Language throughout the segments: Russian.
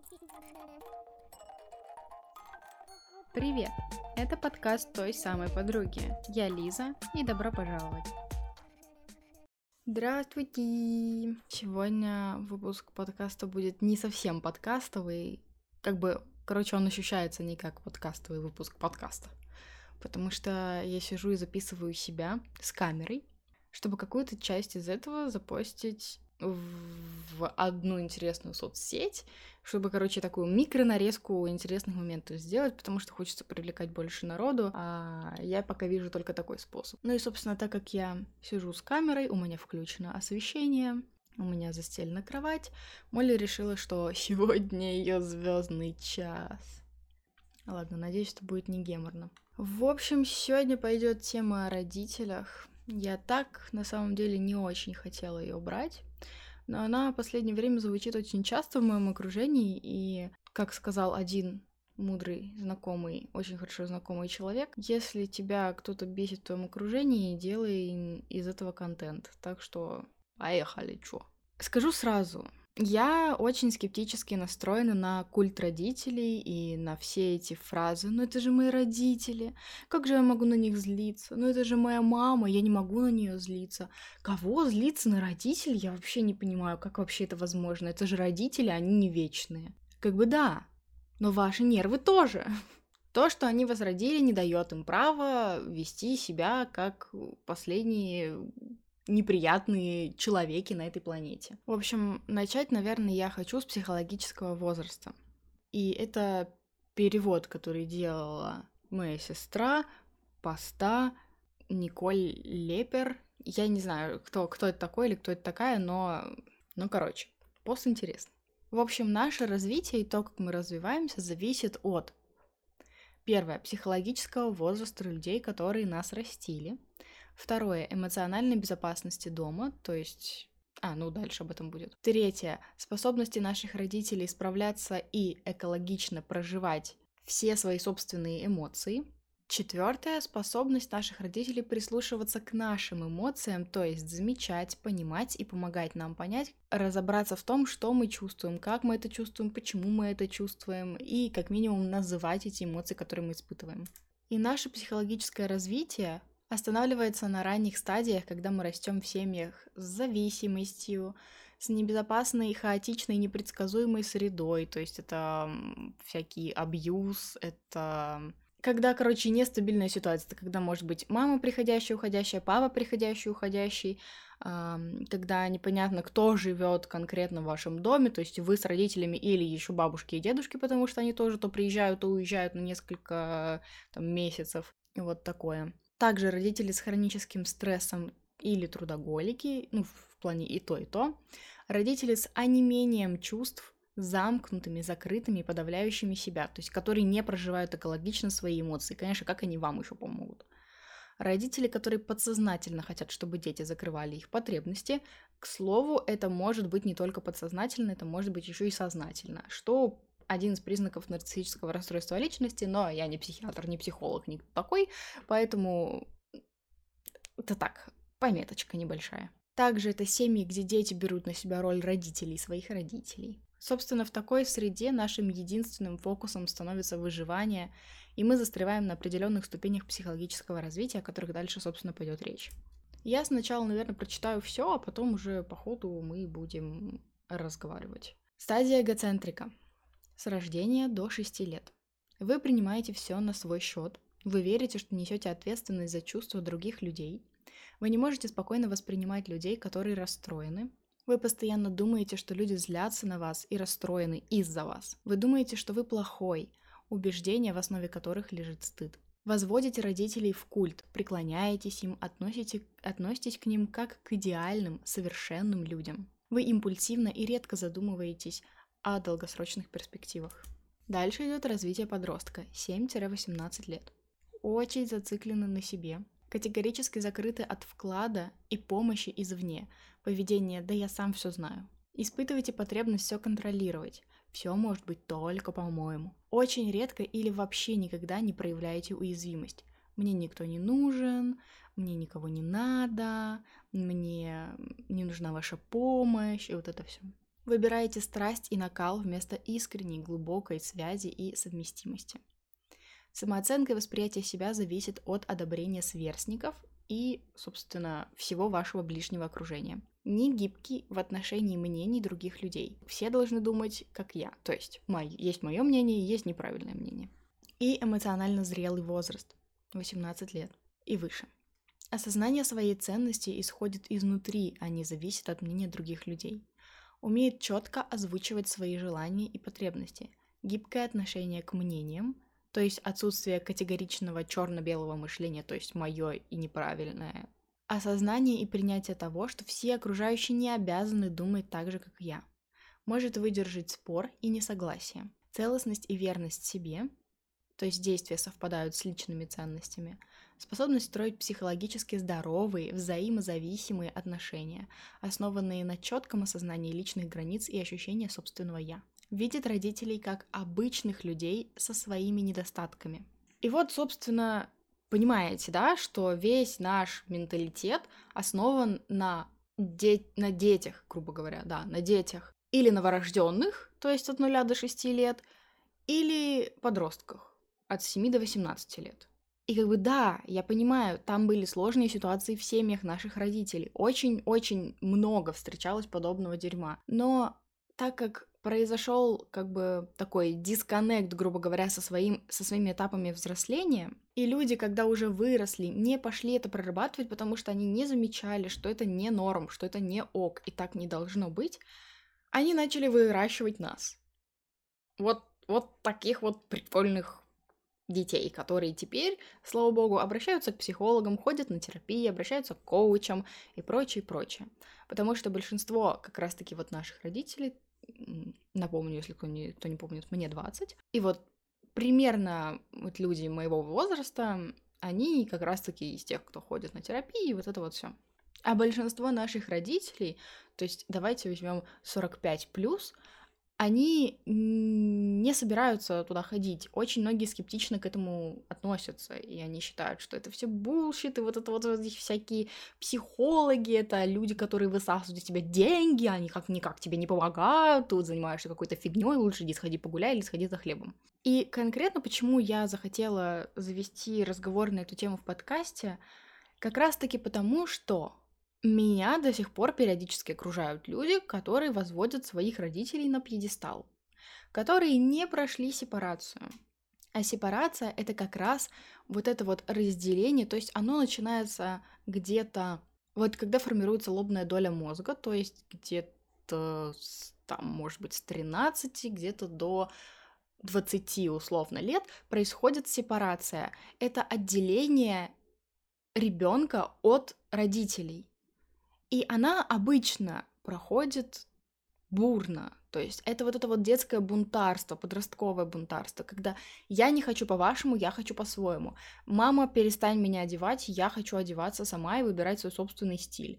Привет! Это подкаст той самой подруги. Я Лиза, и добро пожаловать. Здравствуйте! Сегодня выпуск подкаста будет не совсем подкастовый. Он ощущается не как подкастовый выпуск подкаста. Потому что я сижу и записываю себя с камерой, чтобы какую-то часть из этого запостить в одну интересную соцсеть, чтобы, такую микронарезку интересных моментов сделать, потому что хочется привлекать больше народу, а я пока вижу только такой способ. Ну и, собственно, так как я сижу с камерой, у меня включено освещение, у меня застелена кровать, Молли решила, что сегодня ее звездный час. Ладно, надеюсь, что будет не геморно. В общем, сегодня пойдет тема о родителях. Я так, на самом деле, не очень хотела ее брать, но она в последнее время звучит очень часто в моем окружении, и, как сказал один мудрый, знакомый, очень хорошо знакомый человек, если тебя кто-то бесит в твоем окружении, делай из этого контент. Так что поехали, чё. Скажу сразу, я очень скептически настроена на культ родителей и на все эти фразы «ну это же мои родители, как же я могу на них злиться? Ну это же моя мама, я не могу на нее злиться». Кого злиться на родителей? Я вообще не понимаю, как вообще это возможно. Это же родители, они не вечные. Да, но ваши нервы тоже. То, что они вас родили, не дает им права вести себя как последние неприятные человеки на этой планете. В общем, начать, наверное, я хочу с психологического возраста. И это перевод, который делала моя сестра, поста Николь Лепер. Я не знаю, кто это такой или кто это такая, но пост интересный. В общем, наше развитие и то, как мы развиваемся, зависит от, первое, психологического возраста людей, которые нас растили. Второе, эмоциональной безопасности дома, то есть... дальше об этом будет. Третье, способности наших родителей справляться и экологично проживать все свои собственные эмоции. Четвертое, способность наших родителей прислушиваться к нашим эмоциям, то есть замечать, понимать и помогать нам понять, разобраться в том, что мы чувствуем, как мы это чувствуем, почему мы это чувствуем, и как минимум называть эти эмоции, которые мы испытываем. И наше психологическое развитие останавливается на ранних стадиях, когда мы растем в семьях с зависимостью, с небезопасной, хаотичной, непредсказуемой средой, то есть это всякий абьюз, это... Когда, нестабильная ситуация, это когда может быть мама приходящая, уходящая, папа приходящий, уходящий, когда непонятно, кто живет конкретно в вашем доме, то есть вы с родителями или еще бабушки и дедушки, потому что они тоже то приезжают, то уезжают на несколько месяцев, и вот такое. Также родители с хроническим стрессом или трудоголики, в плане и то, и то. Родители с онемением чувств, замкнутыми, закрытыми, подавляющими себя, то есть которые не проживают экологично свои эмоции. Конечно, как они вам еще помогут? Родители, которые подсознательно хотят, чтобы дети закрывали их потребности. К слову, это может быть не только подсознательно, это может быть еще и сознательно, что один из признаков нарциссического расстройства личности, но я не психиатр, не психолог, не такой, поэтому это так, пометочка небольшая. Также это семьи, где дети берут на себя роль родителей своих родителей. Собственно, в такой среде нашим единственным фокусом становится выживание, и мы застреваем на определенных ступенях психологического развития, о которых дальше, собственно, пойдет речь. Я сначала, наверное, прочитаю все, а потом уже по ходу мы будем разговаривать. Стадия эгоцентрика. С рождения до 6 лет. Вы принимаете все на свой счет. Вы верите, что несете ответственность за чувства других людей. Вы не можете спокойно воспринимать людей, которые расстроены. Вы постоянно думаете, что люди злятся на вас и расстроены из-за вас. Вы думаете, что вы плохой, убеждения, в основе которых лежит стыд. Возводите родителей в культ, преклоняетесь им, относитесь к ним как к идеальным, совершенным людям. Вы импульсивно и редко задумываетесь о долгосрочных перспективах. Дальше идет развитие подростка, 7-18 лет. Очень зациклены на себе, категорически закрыты от вклада и помощи извне, поведение «да я сам все знаю». Испытываете потребность все контролировать, все может быть только по-моему. Очень редко или вообще никогда не проявляете уязвимость. Мне никто не нужен, мне никого не надо, мне не нужна ваша помощь, и вот это все. Выбираете страсть и накал вместо искренней, глубокой связи и совместимости. Самооценка и восприятие себя зависит от одобрения сверстников и, собственно, всего вашего ближнего окружения. Не гибкий в отношении мнений других людей. Все должны думать, как я. То есть, есть мое мнение, есть неправильное мнение. И эмоционально зрелый возраст. 18 лет и выше. Осознание своей ценности исходит изнутри, а не зависит от мнения других людей. Умеет четко озвучивать свои желания и потребности. Гибкое отношение к мнениям, то есть отсутствие категоричного черно-белого мышления, то есть мое и неправильное. Осознание и принятие того, что все окружающие не обязаны думать так же, как я. Может выдержать спор и несогласие. Целостность и верность себе, то есть действия совпадают с личными ценностями. Способность строить психологически здоровые, взаимозависимые отношения, основанные на четком осознании личных границ и ощущения собственного «я». Видит родителей как обычных людей со своими недостатками. И вот, собственно, понимаете, да, что весь наш менталитет основан на детях, грубо говоря, да, на детях. Или новорожденных, то есть от 0 до 6 лет, или подростках от 7 до 18 лет. И да, я понимаю, там были сложные ситуации в семьях наших родителей. Очень-очень много встречалось подобного дерьма. Но так как произошел такой дисконнект, грубо говоря, со своими этапами взросления, и люди, когда уже выросли, не пошли это прорабатывать, потому что они не замечали, что это не норм, что это не ок, и так не должно быть, они начали выращивать нас. Вот таких вот прикольных детей, которые теперь, слава богу, обращаются к психологам, ходят на терапию, обращаются к коучам и прочее, прочее. Потому что большинство как раз-таки вот наших родителей, напомню, если кто не помнит, мне 20, и вот примерно вот люди моего возраста, они как раз-таки из тех, кто ходит на терапию, и вот это вот все. А большинство наших родителей, то есть давайте возьмем 45+, они не собираются туда ходить. Очень многие скептично к этому относятся, и они считают, что это все булшит, и вот это вот эти всякие психологи, это люди, которые высасывают из тебя деньги, они никак тебе не помогают, тут занимаешься какой-то фигней, лучше иди сходи погуляй или сходи за хлебом. И конкретно почему я захотела завести разговор на эту тему в подкасте, как раз-таки потому, что меня до сих пор периодически окружают люди, которые возводят своих родителей на пьедестал, которые не прошли сепарацию. А сепарация — это как раз вот это вот разделение, то есть оно начинается где-то, вот когда формируется лобная доля мозга, то есть где-то там, может быть, с 13 где-то до 20 условно лет происходит сепарация. Это отделение ребенка от родителей. И она обычно проходит бурно. То есть это вот детское бунтарство, подростковое бунтарство, когда я не хочу по-вашему, я хочу по-своему. Мама, перестань меня одевать, я хочу одеваться сама и выбирать свой собственный стиль.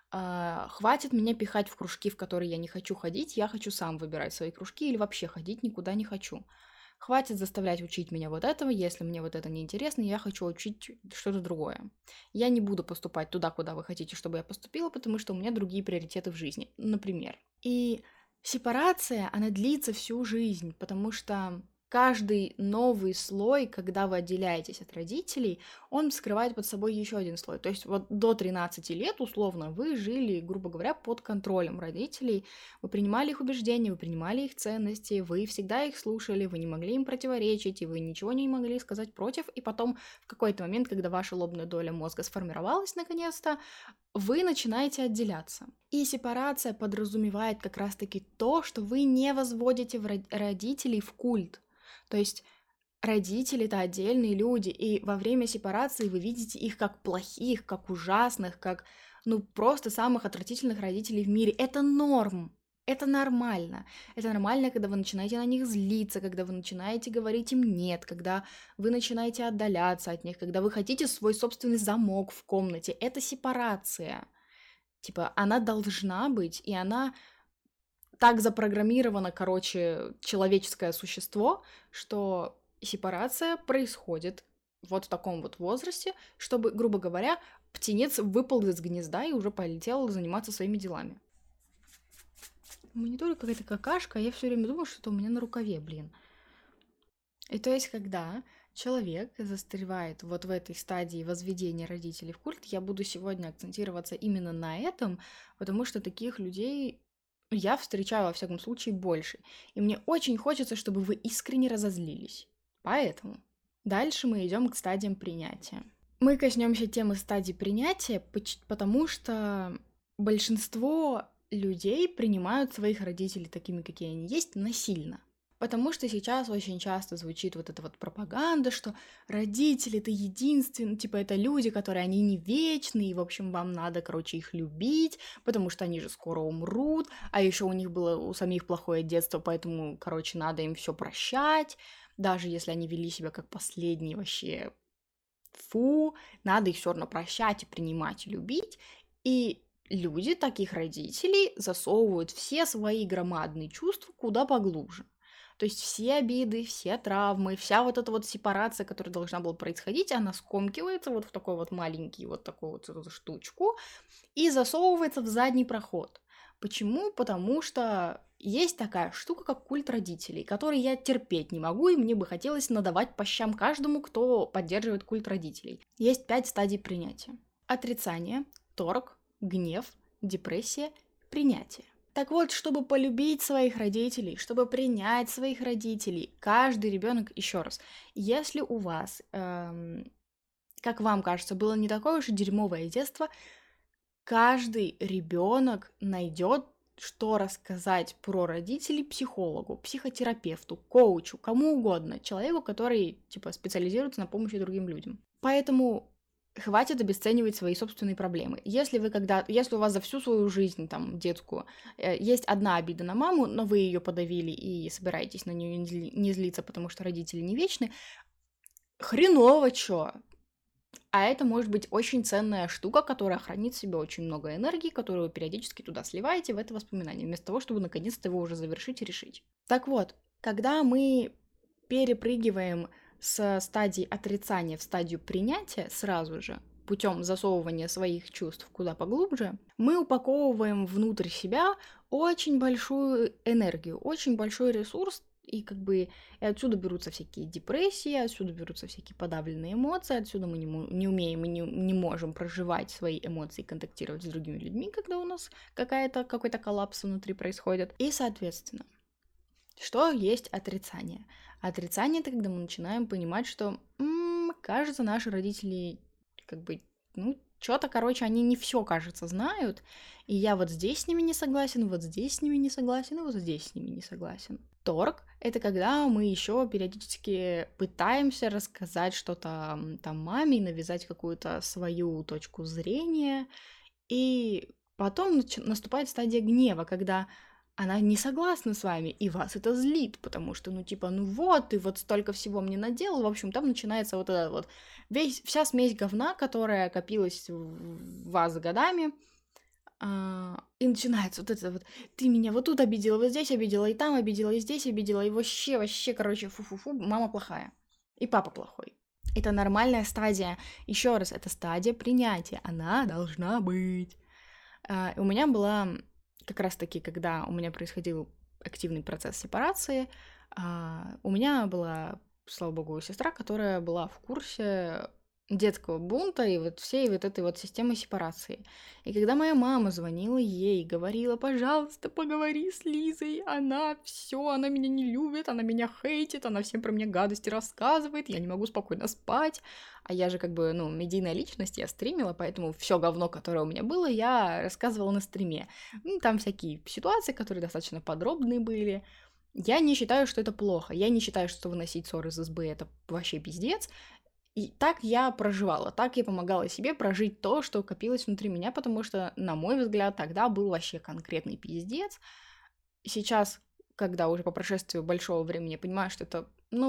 Хватит меня пихать в кружки, в которые я не хочу ходить, я хочу сам выбирать свои кружки или вообще ходить никуда не хочу. Хватит заставлять учить меня вот этого, если мне вот это неинтересно, я хочу учить что-то другое. Я не буду поступать туда, куда вы хотите, чтобы я поступила, потому что у меня другие приоритеты в жизни, например. И сепарация, она длится всю жизнь, потому что каждый новый слой, когда вы отделяетесь от родителей, он скрывает под собой еще один слой. То есть вот до 13 лет, условно, вы жили, грубо говоря, под контролем родителей, вы принимали их убеждения, вы принимали их ценности, вы всегда их слушали, вы не могли им противоречить, и вы ничего не могли сказать против, и потом в какой-то момент, когда ваша лобная доля мозга сформировалась наконец-то, вы начинаете отделяться. И сепарация подразумевает как раз-таки то, что вы не возводите родителей в культ. То есть родители — это отдельные люди, и во время сепарации вы видите их как плохих, как ужасных, как, просто самых отвратительных родителей в мире. Это норм, это нормально. Это нормально, когда вы начинаете на них злиться, когда вы начинаете говорить им «нет», когда вы начинаете отдаляться от них, когда вы хотите свой собственный замок в комнате. Это сепарация. Она должна быть, и она так запрограммировано, человеческое существо, что сепарация происходит вот в таком вот возрасте, чтобы, грубо говоря, птенец выпал из гнезда и уже полетел заниматься своими делами. на мониторе какая-то какашка, а я все время думаю, что это у меня на рукаве, блин. И то есть, когда человек застревает вот в этой стадии возведения родителей в культ, я буду сегодня акцентироваться именно на этом, потому что таких людей я встречаю, во всяком случае, больше. И мне очень хочется, чтобы вы искренне разозлились. Поэтому дальше мы идем к стадиям принятия. Мы коснемся темы стадий принятия, потому что большинство людей принимают своих родителей такими, какие они есть, насильно. Потому что сейчас очень часто звучит вот эта вот пропаганда, что родители — это единственные, типа это люди, которые они не вечные, и, в общем, вам надо, короче, их любить, потому что они же скоро умрут, а еще у них было у самих плохое детство, поэтому, короче, надо им все прощать, даже если они вели себя как последние вообще, фу, надо их все равно прощать и принимать, и любить, и люди таких родителей засовывают все свои громадные чувства куда поглубже. То есть все обиды, все травмы, вся вот эта вот сепарация, которая должна была происходить, она скомкивается вот в такой вот маленький вот такую вот эту штучку и засовывается в задний проход. Почему? Потому что есть такая штука, как культ родителей, который я терпеть не могу, и мне бы хотелось надавать по щам каждому, кто поддерживает культ родителей. Есть 5 стадий принятия. Отрицание, торг, гнев, депрессия, принятие. Так вот, чтобы полюбить своих родителей, чтобы принять своих родителей, каждый ребенок, еще раз, если у вас, как вам кажется, было не такое уж и дерьмовое детство, каждый ребенок найдет, что рассказать про родителей психологу, психотерапевту, коучу, кому угодно, человеку, который, типа, специализируется на помощи другим людям. Поэтому хватит обесценивать свои собственные проблемы. Если у вас за всю свою жизнь, там, детскую, есть одна обида на маму, но вы ее подавили и собираетесь на нее не злиться, потому что родители не вечны, хреново чё. А это может быть очень ценная штука, которая хранит в себе очень много энергии, которую вы периодически туда сливаете в это воспоминание, вместо того, чтобы наконец-то его уже завершить и решить. Так вот, когда мы перепрыгиваем с стадии отрицания в стадию принятия сразу же, путем засовывания своих чувств куда поглубже, мы упаковываем внутрь себя очень большую энергию, очень большой ресурс, и как бы и отсюда берутся всякие депрессии, отсюда берутся всякие подавленные эмоции, отсюда мы не умеем и не можем проживать свои эмоции, контактировать с другими людьми, когда у нас какой-то коллапс внутри происходит. И, соответственно, что есть отрицание? Отрицание — это когда мы начинаем понимать, что, кажется, наши родители как бы, что-то, короче, они не все, кажется, знают, и я вот здесь с ними не согласен, вот здесь с ними не согласен, и вот здесь с ними не согласен. Торг — это когда мы еще периодически пытаемся рассказать что-то там маме, навязать какую-то свою точку зрения, и потом наступает стадия гнева, когда она не согласна с вами, и вас это злит, потому что, вот, ты вот столько всего мне наделал, в общем, там начинается вот эта вот вся смесь говна, которая копилась в вас годами, и начинается вот это вот, ты меня вот тут обидела, вот здесь обидела, и там обидела, и здесь обидела, и вообще, короче, фу-фу-фу, мама плохая, и папа плохой. Это нормальная стадия, еще раз, это стадия принятия, она должна быть. У меня была как раз-таки, когда у меня происходил активный процесс сепарации, у меня была, слава богу, сестра, которая была в курсе детского бунта и вот всей вот этой вот системы сепарации. И когда моя мама звонила ей и говорила: пожалуйста, поговори с Лизой, она меня не любит, она меня хейтит, она всем про меня гадости рассказывает, я не могу спокойно спать. А я же как бы, медийная личность, я стримила, поэтому все говно, которое у меня было, я рассказывала на стриме. Там всякие ситуации, которые достаточно подробные были. Я не считаю, что это плохо. Я не считаю, что выносить ссоры из избы — это вообще пиздец. И так я проживала, так я помогала себе прожить то, что копилось внутри меня, потому что, на мой взгляд, тогда был вообще конкретный пиздец. Сейчас, когда уже по прошествии большого времени я понимаю, что это,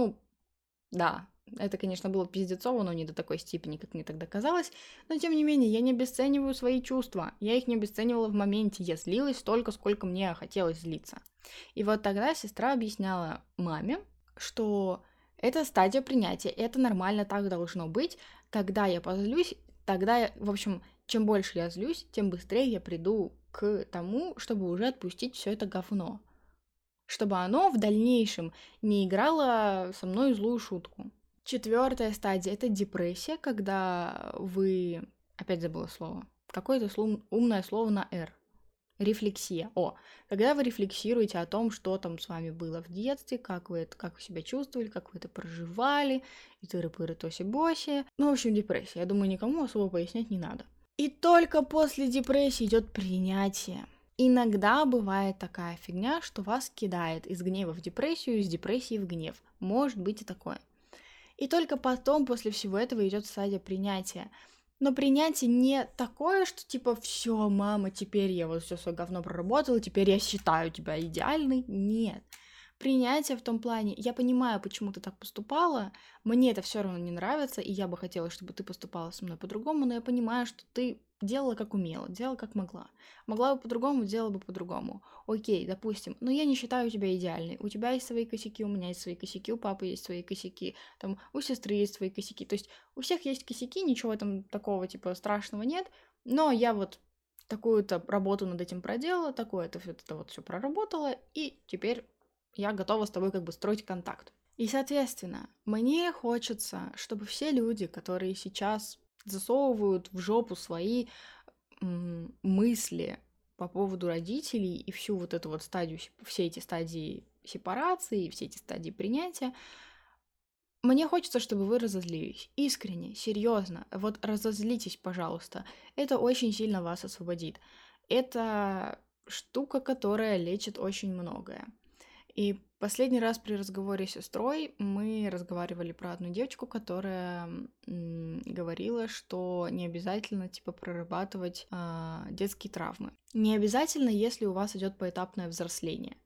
да, это, конечно, было пиздецово, но не до такой степени, как мне тогда казалось, но, тем не менее, я не обесцениваю свои чувства, я их не обесценивала в моменте, я злилась столько, сколько мне хотелось злиться. И вот тогда сестра объясняла маме, что это стадия принятия, это нормально, так должно быть, когда я позлюсь, тогда, в общем, чем больше я злюсь, тем быстрее я приду к тому, чтобы уже отпустить все это говно. Чтобы оно в дальнейшем не играло со мной злую шутку. 4-я стадия — это депрессия, когда вы... Опять забыла слово. Какое-то умное слово на «р». Рефлексия. Когда вы рефлексируете о том, что там с вами было в детстве, как вы себя чувствовали, как вы это проживали, и тыры-пыры, тоси-боси. В общем, депрессия. Я думаю, никому особо пояснять не надо. И только после депрессии идет принятие. Иногда бывает такая фигня, что вас кидает из гнева в депрессию, из депрессии в гнев. Может быть и такое. И только потом, после всего этого, идет стадия принятия. Но принятие не такое, что типа все, мама, теперь я вот все свое говно проработала, теперь я считаю тебя идеальной. Нет. Принятие в том плане, я понимаю, почему ты так поступала, мне это все равно не нравится, и я бы хотела, чтобы ты поступала со мной по-другому, но я понимаю, что ты делала как умела, делала как могла. Могла бы по-другому, делала бы по-другому. Окей, допустим, но я не считаю тебя идеальной. У тебя есть свои косяки, у меня есть свои косяки, у папы есть свои косяки, там у сестры есть свои косяки. То есть у всех есть косяки, ничего там такого типа страшного нет, но я вот такую-то работу над этим проделала, такое-то это вот все проработала, и теперь я готова с тобой как бы строить контакт. И, соответственно, мне хочется, чтобы все люди, которые сейчас засовывают в жопу свои мысли по поводу родителей и всю вот эту вот стадию, все эти стадии сепарации, все эти стадии принятия, мне хочется, чтобы вы разозлились. Искренне, серьезно. Вот разозлитесь, пожалуйста. Это очень сильно вас освободит. Это штука, которая лечит очень многое. И последний раз при разговоре с сестрой мы разговаривали про одну девочку, которая говорила, что не обязательно типа прорабатывать детские травмы. Не обязательно, если у вас идет поэтапное взросление.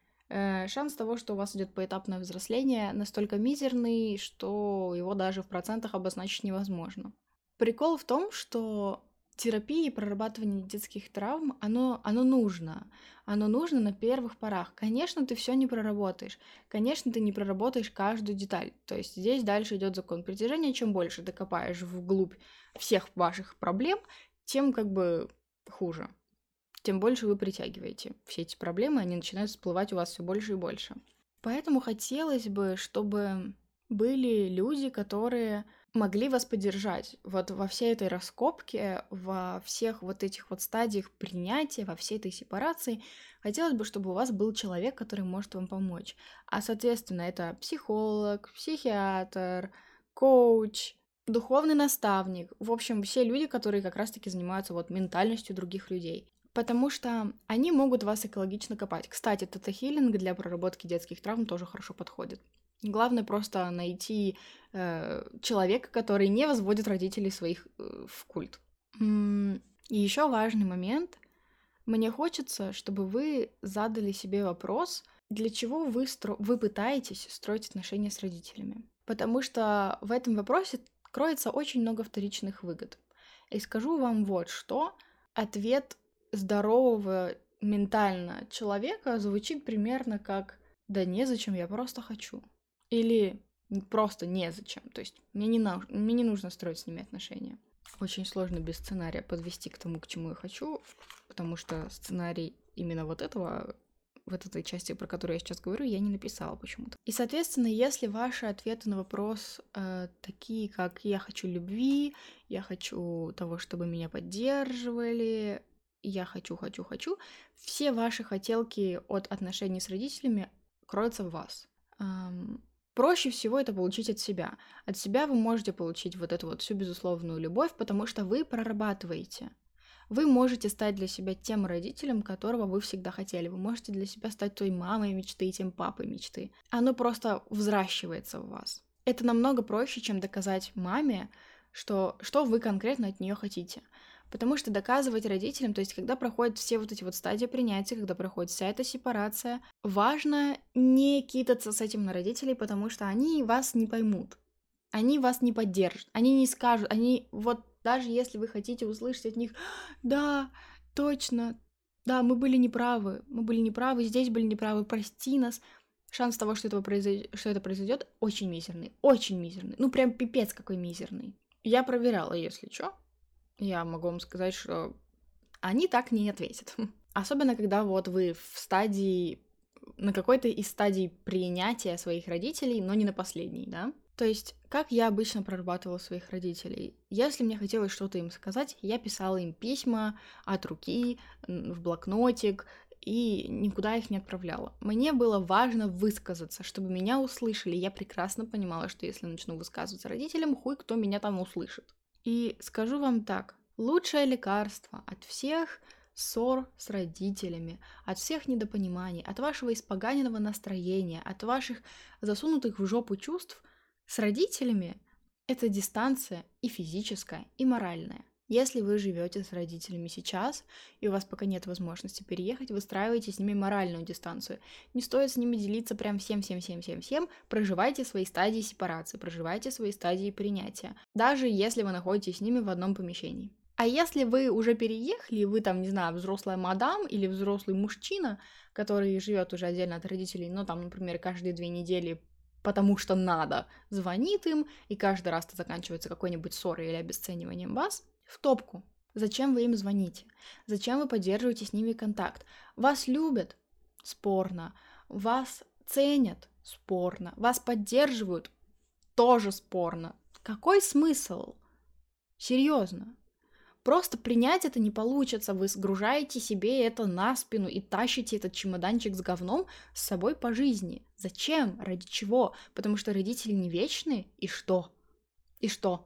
Шанс того, что у вас идет поэтапное взросление, настолько мизерный, что его даже в процентах обозначить невозможно. Прикол в том, что терапия и прорабатывание детских травм, оно нужно. Оно нужно на первых порах. Конечно, ты все не проработаешь. Конечно, ты не проработаешь каждую деталь. То есть здесь дальше идет закон притяжения. Чем больше ты копаешь вглубь всех ваших проблем, тем как бы хуже. Тем больше вы притягиваете все эти проблемы, они начинают всплывать у вас все больше и больше. Поэтому хотелось бы, чтобы были люди, которые могли вас поддержать вот во всей этой раскопке, во всех вот этих вот стадиях принятия, во всей этой сепарации. Хотелось бы, чтобы у вас был человек, который может вам помочь. А, соответственно, это психолог, психиатр, коуч, духовный наставник. В общем, все люди, которые как раз-таки занимаются вот ментальностью других людей. Потому что они могут вас экологично копать. Кстати, тета-хилинг для проработки детских травм тоже хорошо подходит. Главное просто найти человека, который не возводит родителей своих в культ. И еще важный момент. Мне хочется, чтобы вы задали себе вопрос, для чего вы пытаетесь строить отношения с родителями. Потому что в этом вопросе кроется очень много вторичных выгод. И скажу вам вот что. Ответ здорового ментально человека звучит примерно как «да незачем, я просто хочу». Или просто незачем. То есть мне не нужно строить с ними отношения. Очень сложно без сценария подвести к тому, к чему я хочу, потому что сценарий именно вот этой части, про которую я сейчас говорю, я не написала почему-то. И, соответственно, если ваши ответы на вопрос такие, как «я хочу любви», «я хочу того, чтобы меня поддерживали», «я хочу», все ваши хотелки от отношений с родителями кроются в вас. Проще всего это получить от себя. От себя вы можете получить вот эту вот всю безусловную любовь, потому что вы прорабатываете. Вы можете стать для себя тем родителем, которого вы всегда хотели. Вы можете для себя стать той мамой мечты и тем папой мечты. Оно просто взращивается в вас. Это намного проще, чем доказать маме, что вы конкретно от нее хотите. Потому что доказывать родителям, то есть когда проходят все вот эти вот стадии принятия, когда проходит вся эта сепарация, важно не кидаться с этим на родителей, потому что они вас не поймут. Они вас не поддержат, они не скажут, они вот даже если вы хотите услышать от них «да, точно, да, мы были неправы, здесь были неправы, прости нас», шанс того, что это произойдет, очень мизерный, ну прям пипец какой мизерный. Я проверяла, если что. я могу вам сказать, что они так не ответят. Особенно, когда вот вы в стадии, на какой-то из стадий принятия своих родителей, но не на последней, да? То есть, как я обычно прорабатывала своих родителей? Если мне хотелось что-то им сказать, я писала им письма от руки, в блокнотик, и никуда их не отправляла. Мне было важно высказаться, чтобы меня услышали. Я прекрасно понимала, что если начну высказываться родителям, хуй кто меня там услышит. И скажу вам так, лучшее лекарство от всех ссор с родителями, от всех недопониманий, от вашего испоганенного настроения, от ваших засунутых в жопу чувств с родителями — это дистанция и физическая, и моральная. Если вы живете с родителями сейчас, и у вас пока нет возможности переехать, выстраивайте с ними моральную дистанцию. Не стоит с ними делиться прям всем, проживайте свои стадии сепарации, проживайте свои стадии принятия, даже если вы находитесь с ними в одном помещении. А если вы уже переехали, и вы там, не знаю, взрослая мадам или взрослый мужчина, который живет уже отдельно от родителей, но там, например, каждые 2 недели, потому что надо, звонит им, и каждый раз это заканчивается какой-нибудь ссорой или обесцениванием вас, в топку. Зачем вы им звоните? Зачем вы поддерживаете с ними контакт? Вас любят? Спорно. Вас ценят? Спорно. Вас поддерживают? Тоже спорно. Какой смысл? Серьезно. Просто принять это не получится, вы сгружаете себе это на спину и тащите этот чемоданчик с говном с собой по жизни. Зачем? Ради чего? Потому что родители не вечны? И что? И что?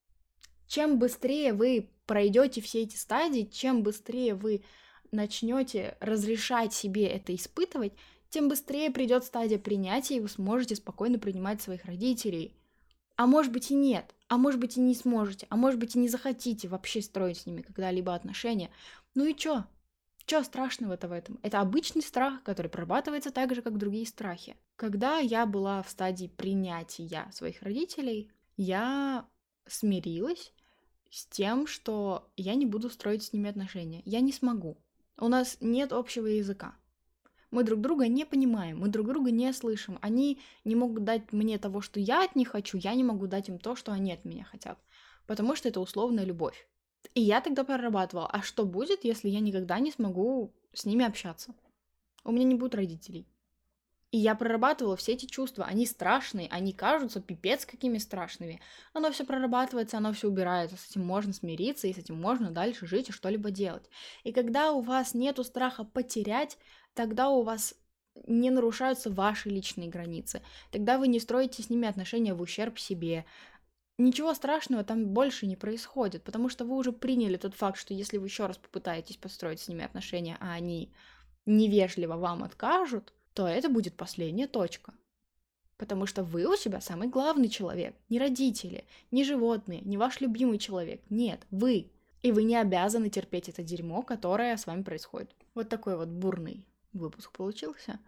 Чем быстрее вы пройдете все эти стадии, чем быстрее вы начнете разрешать себе это испытывать, тем быстрее придет стадия принятия, и вы сможете спокойно принимать своих родителей. А может быть и нет, а может быть и не сможете, а может быть и не захотите вообще строить с ними когда-либо отношения. Ну и чё? Чё страшного-то в этом? Это обычный страх, который прорабатывается так же, как другие страхи. Когда я была в стадии принятия своих родителей, я смирилась с тем, что я не буду строить с ними отношения. Я не смогу. У нас нет общего языка. Мы друг друга не понимаем, мы друг друга не слышим. Они не могут дать мне того, что я от них хочу, я не могу дать им то, что они от меня хотят. Потому что это условная любовь. И я тогда прорабатывала, а что будет, если я никогда не смогу с ними общаться? У меня не будет родителей. И я прорабатывала все эти чувства, они страшные, они кажутся пипец какими страшными. Оно все прорабатывается, оно все убирается, с этим можно смириться, и с этим можно дальше жить и что-либо делать. И когда у вас нету страха потерять, тогда у вас не нарушаются ваши личные границы, тогда вы не строите с ними отношения в ущерб себе. Ничего страшного там больше не происходит, потому что вы уже приняли тот факт, что если вы еще раз попытаетесь построить с ними отношения, а они невежливо вам откажут, то это будет последняя точка. Потому что вы у себя самый главный человек. Не родители, не животные, не ваш любимый человек. Нет, вы. И вы не обязаны терпеть это дерьмо, которое с вами происходит. Вот такой вот бурный выпуск получился.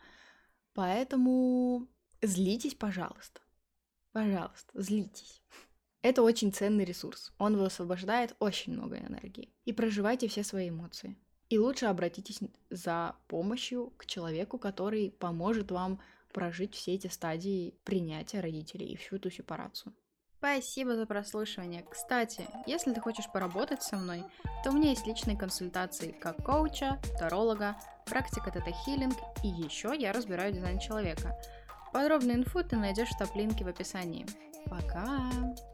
Поэтому злитесь, пожалуйста. Пожалуйста, злитесь. Это очень ценный ресурс. Он высвобождает очень много энергии. И проживайте все свои эмоции. И лучше обратитесь за помощью к человеку, который поможет вам прожить все эти стадии принятия родителей и всю эту сепарацию. Спасибо за прослушивание. Кстати, если ты хочешь поработать со мной, то у меня есть личные консультации как коуча, таролога, практика тета-хилинг, и еще я разбираю дизайн человека. Подробную инфу ты найдешь в топ-линке в описании. Пока!